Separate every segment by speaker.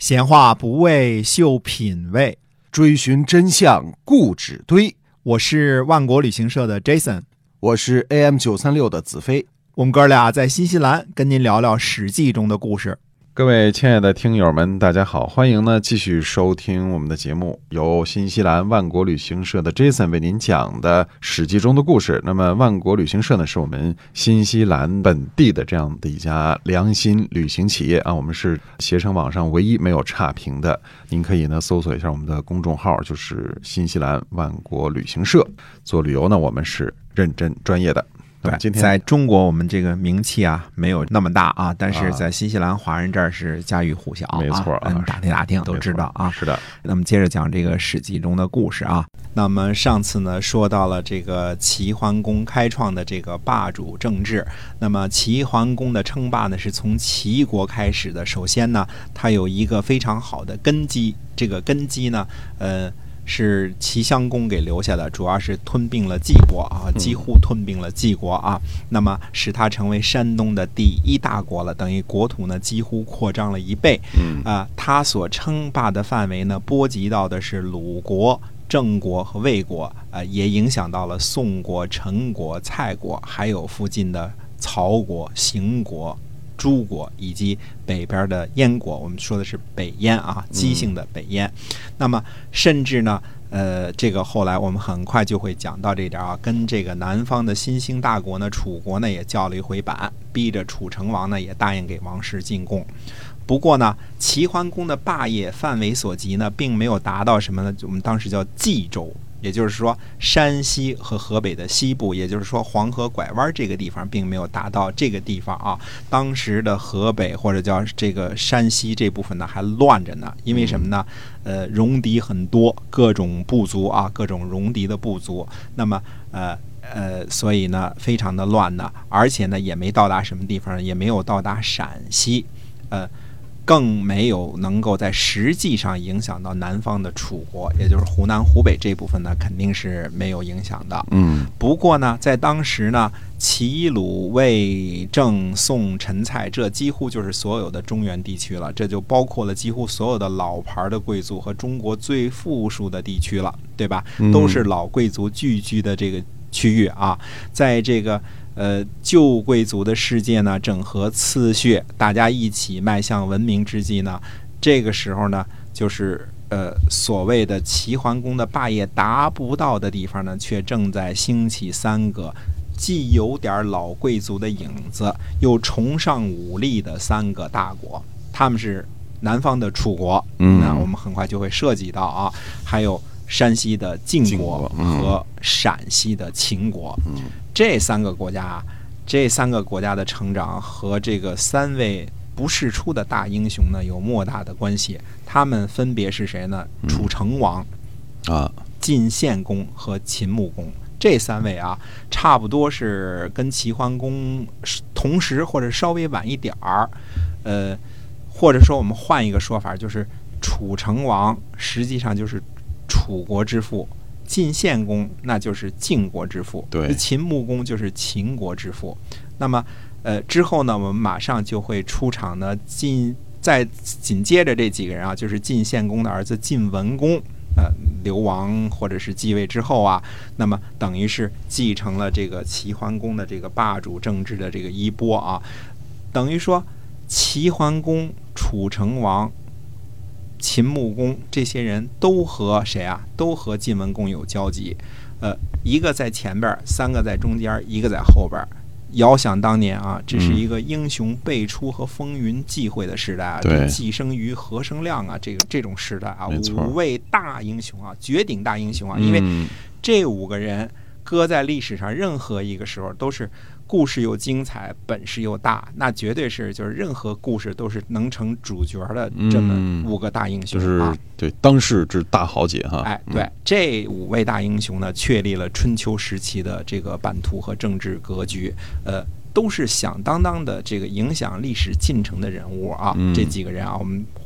Speaker 1: 闲话不为秀品味，
Speaker 2: 追寻真相固执堆。
Speaker 1: 我是万国旅行社的 Jason，
Speaker 2: 我是 AM936 的子飞。
Speaker 1: 我们哥俩在新西兰跟您聊聊《史记》中的故事。
Speaker 3: 各位亲爱的听友们，大家好，欢迎呢继续收听我们的节目，由新西兰万国旅行社的 Jason 为您讲的《史记》中的故事。那么万国旅行社呢，是我们新西兰本地的这样的一家良心旅行企业啊，我们是携程网上唯一没有差评的。您可以呢搜索一下我们的公众号，就是新西兰万国旅行社。做旅游呢，我们是认真专业的。
Speaker 1: 对，今天在中国我们这个名气啊没有那么大啊，但是在新西兰华人这儿是家喻户晓啊，
Speaker 3: 没错啊，
Speaker 1: 打听都知道啊。
Speaker 3: 是的。
Speaker 1: 那么接着讲这个《史记》中的故事啊。那么上次呢说到了这个齐桓公开创的这个霸主政治。那么齐桓公的称霸呢是从齐国开始的。首先呢，他有一个非常好的根基，这个根基呢，是齐襄公给留下的，主要是吞并了晋国啊，几乎吞并了晋国啊，那么使他成为山东的第一大国了，等于国土呢几乎扩张了1倍。他所称霸的范围呢，波及到的是鲁国、郑国和魏国，也影响到了宋国、陈国、蔡国，还有附近的曹国、邢国、诸国以及北边的燕国，我们说的是北燕啊，姬姓的北燕。那么甚至呢，这个后来我们很快就会讲到这点啊，跟这个南方的新兴大国呢，楚国呢也叫了一回板，逼着楚成王呢也答应给王室进贡。不过呢，齐桓公的霸业范围所及呢，并没有达到什么呢？我们当时叫冀州。也就是说，山西和河北的西部，也就是说黄河拐弯这个地方，并没有达到这个地方啊。当时的河北或者叫这个山西这部分呢，还乱着呢。因为什么呢？戎狄很多，各种部族啊，各种戎狄的部族。那么所以呢，非常的乱呢，而且呢，也没到达什么地方，也没有到达陕西，更没有能够在实际上影响到南方的楚国，也就是湖南、湖北这部分呢，肯定是没有影响的。不过呢，在当时呢，齐、鲁、魏、郑、宋、陈、蔡，这几乎就是所有的中原地区了，这就包括了几乎所有的老牌的贵族和中国最富庶的地区了，对吧？都是老贵族聚居的这个区域啊，在这个旧贵族的世界呢，整合次序，大家一起迈向文明之际呢，这个时候呢，就是所谓的齐桓公的霸业达不到的地方呢，却正在兴起3个既有点老贵族的影子，又崇尚武力的3个大国。他们是南方的楚国，那我们很快就会涉及到啊，还有山西的晋国和陕西的秦国。这3个国家的成长和这个3位不世出的大英雄呢有莫大的关系。他们分别是谁呢？楚成王晋献公和秦穆公。这3位啊，差不多是跟齐桓公同时或者稍微晚一点儿。或者说我们换一个说法，就是楚成王实际上就是楚国之父，晋献公那就是晋国之父，
Speaker 3: 对，
Speaker 1: 秦穆公就是秦国之父。那么之后呢，我们马上就会出场呢，紧接着这几个人啊，就是晋献公的儿子晋文公，流亡或者是继位之后啊，那么等于是继承了这个齐桓公的这个霸主政治的这个衣钵啊，等于说齐桓公、楚成王、秦穆公这些人都和谁啊？都和晋文公有交集。一个在前边，3个在中间，一个在后边。遥想当年啊，这是一个英雄辈出和风云际会的时代啊，既生瑜何生亮啊，这种时代啊，5位大英雄啊，绝顶大英雄啊，因为这5个人搁在历史上任何一个时候都是故事又精彩，本事又大，那绝对是就是任何故事都是能成主角的这么5个大英雄啊，
Speaker 3: 就是对当世之大豪杰哈。
Speaker 1: 对，这5位大英雄呢，确立了春秋时期的这个版图和政治格局，都是响当当的这个影响历史进程的人物啊。这几个人啊，我们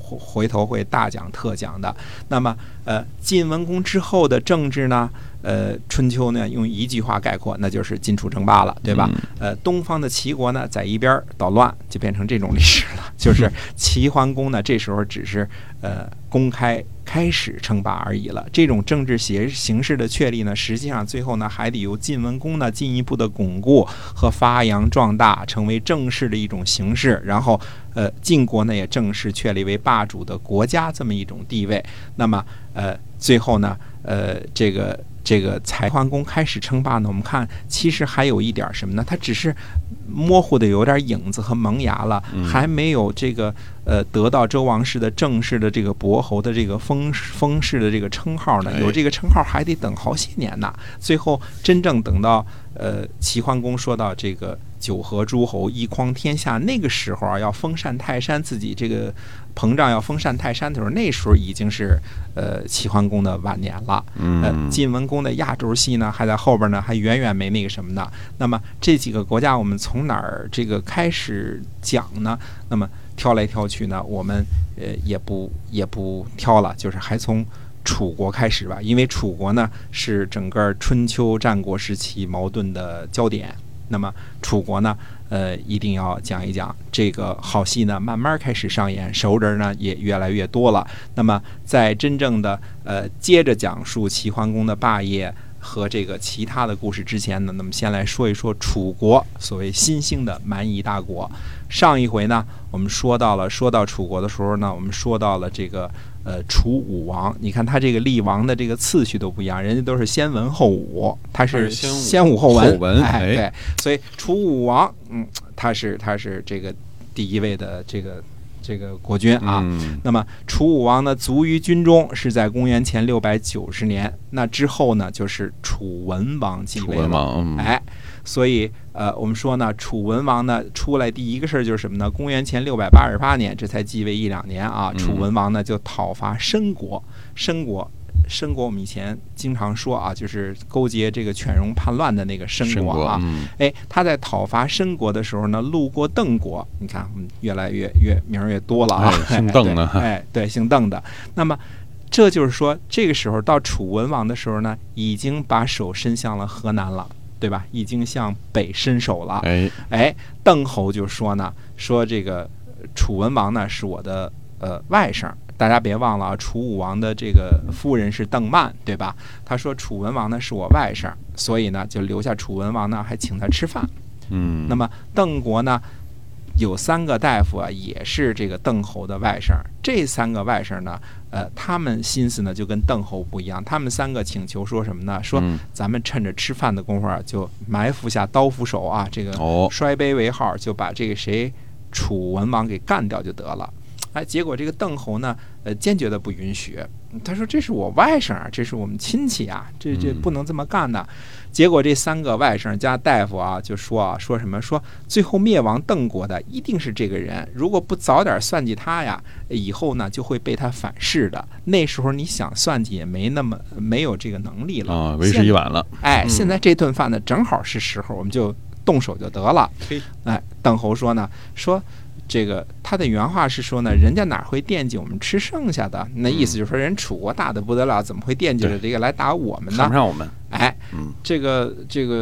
Speaker 1: 回头会大讲特讲的。那么晋文公之后的政治呢，春秋呢用一句话概括，那就是晋楚争霸了，对吧？东方的齐国呢在一边捣乱，就变成这种历史了。就是齐桓公呢这时候只是公开始称霸而已了。这种政治形势的确立呢，实际上最后呢还得由晋文公呢进一步的巩固和发扬壮大，成为正式的一种形式。然后晋国呢也正式确立为霸主的国家这么一种地位。那么最后呢这个齐桓公开始称霸呢，我们看其实还有一点什么呢？他只是模糊的有点影子和萌芽了，还没有这个得到周王室的正式的这个伯侯的这个封氏的这个称号呢。有这个称号还得等好些年呢。最后真正等到齐桓公说到这个九合诸侯一匡天下，那个时候啊要封禅泰山，自己这个膨胀要封禅泰山的时候，那时候已经是齐桓公的晚年了。晋文公的压轴戏呢还在后边呢，还远远没那个什么呢。那么这几个国家我们从哪儿这个开始讲呢？那么挑来挑去呢，我们也不挑了，就是还从楚国开始吧。因为楚国呢是整个春秋战国时期矛盾的焦点。那么楚国呢一定要讲一讲，这个好戏呢慢慢开始上演，熟人呢也越来越多了。那么在真正的接着讲述齐桓公的霸业和这个其他的故事之前呢，那么先来说一说楚国，所谓新兴的蛮夷大国。上一回呢我们说到楚国的时候呢，我们说到了这个楚武王。你看他这个立王的这个次序都不一样，人家都是先文后武，他是先武后文。哎，对，所以楚武王他是这个第一位的这个国君啊。那么楚武王呢卒于军中是在公元前690年，那之后呢就是楚文王继位了。所以我们说呢，楚文王呢出来第一个事儿就是什么呢？公元前688年，这才继位1-2年啊，楚文王呢就讨伐申国。申国我们以前经常说啊，就是勾结这个犬戎叛乱的那个申国啊。他在讨伐申国的时候呢，路过邓国。你看我们越来越名越多了啊，
Speaker 3: 姓邓的。
Speaker 1: 对，姓邓的。那么这就是说，这个时候到楚文王的时候呢，已经把手伸向了河南了，对吧？已经向北伸手了。邓侯就说呢，说这个楚文王呢是我的外甥。大家别忘了啊，楚武王的这个夫人是邓曼，对吧？他说楚文王呢是我外甥，所以呢就留下楚文王呢，还请他吃饭。那么邓国呢有3个大夫啊，也是这个邓侯的外甥。这3个外甥呢，他们心思呢就跟邓侯不一样。他们3个请求说什么呢？说咱们趁着吃饭的功夫啊，就埋伏下刀斧手啊，这个摔杯为号，就把这个楚文王给干掉就得了。结果这个邓侯呢，坚决的不允许。他说这是我外甥啊，这是我们亲戚啊，这不能这么干的。结果这3个外甥加大夫啊，就说什么？说最后灭亡邓国的一定是这个人，如果不早点算计他呀，以后呢就会被他反噬的。那时候你想算计也没有这个能力了啊，
Speaker 3: 为时已晚了。
Speaker 1: 现在这顿饭呢正好是时候，我们就动手就得了。邓侯说呢，说这个他的原话是说呢，人家哪会惦记我们吃剩下的？那意思就是说，人楚国大的不得了，怎么会惦记着这个来打我们呢？
Speaker 3: 看不上我们。
Speaker 1: 这个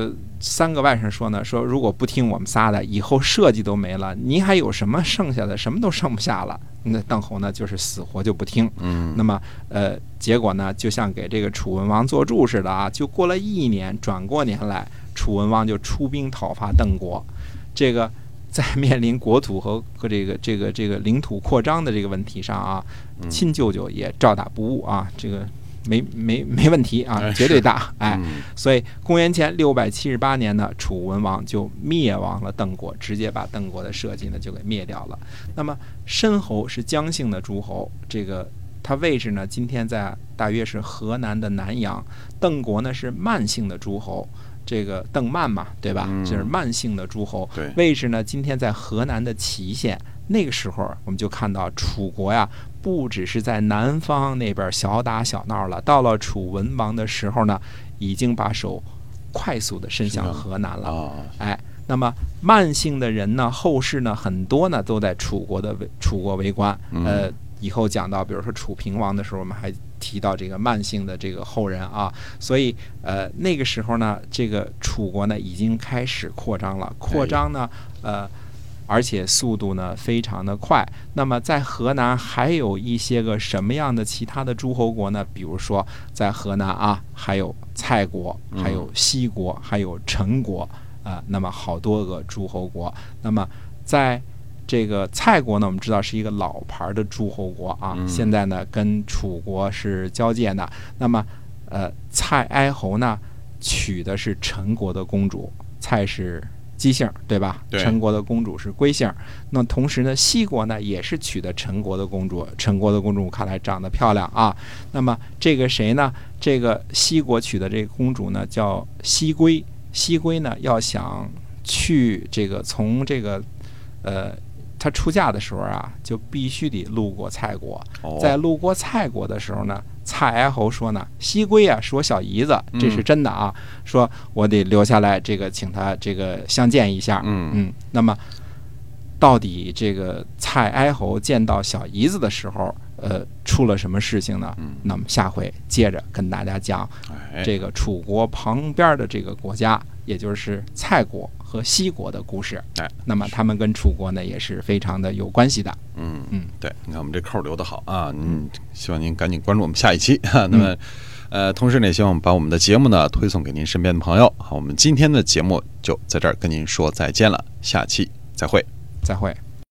Speaker 1: 3个外甥说呢，说如果不听我们仨的，以后社稷都没了，你还有什么剩下的？什么都剩不下了。那邓侯呢，就是死活就不听。那么结果呢，就像给这个楚文王做注似的啊，就过了1年，转过年来，楚文王就出兵讨伐邓国。这个在面临国土和这个领土扩张的这个问题上啊，亲舅舅也照打不误啊，这个没问题啊，绝对大。所以公元前678年呢，楚文王就灭亡了邓国，直接把邓国的社稷呢就给灭掉了。那么申侯是姜姓的诸侯，这个他位置呢今天在大约是河南的南阳。邓国呢是曼姓的诸侯，这个邓曼嘛，对吧？就是曼姓的诸侯，位置呢今天在河南的淇县。那个时候我们就看到楚国呀，不只是在南方那边小打小闹了，到了楚文王的时候呢，已经把手快速的伸向河南了。那么曼姓的人呢，后世呢很多呢都在楚国围观。 以后讲到比如说楚平王的时候，我们还提到这个慢姓的这个后人啊，所以那个时候呢，这个楚国呢已经开始扩张了，扩张呢而且速度呢非常的快。那么在河南还有一些个什么样的其他的诸侯国呢？比如说在河南啊，还有蔡国，还有西国，还有陈国那么好多个诸侯国。那么在这个蔡国呢，我们知道是一个老牌的诸侯国啊，现在呢跟楚国是交界的。那么蔡哀侯呢娶的是陈国的公主，蔡是姬姓，对吧？
Speaker 3: 对，
Speaker 1: 陈国的公主是归姓。那同时呢，西国呢也是娶的陈国的公主，陈国的公主看来长得漂亮啊。那么这个谁呢？这个西国娶的这个公主呢叫西归。西归呢要想去这个从这个她出嫁的时候啊，就必须得路过蔡国。在路过蔡国的时候呢，蔡哀侯说呢，西归啊是我小姨子，这是真的啊，说我得留下来，这个请他这个相见一下。那么到底这个蔡哀侯见到小姨子的时候，出了什么事情呢？那么下回接着跟大家讲这个楚国旁边的这个国家，也就是蔡国和西国的故事。那么他们跟楚国呢也是非常的有关系的。
Speaker 3: 对，你看我们这扣留得好啊，希望您赶紧关注我们下一期。那么同时呢，希望把我们的节目呢推送给您身边的朋友。好，我们今天的节目就在这儿跟您说再见了，下期再会。
Speaker 1: 再会。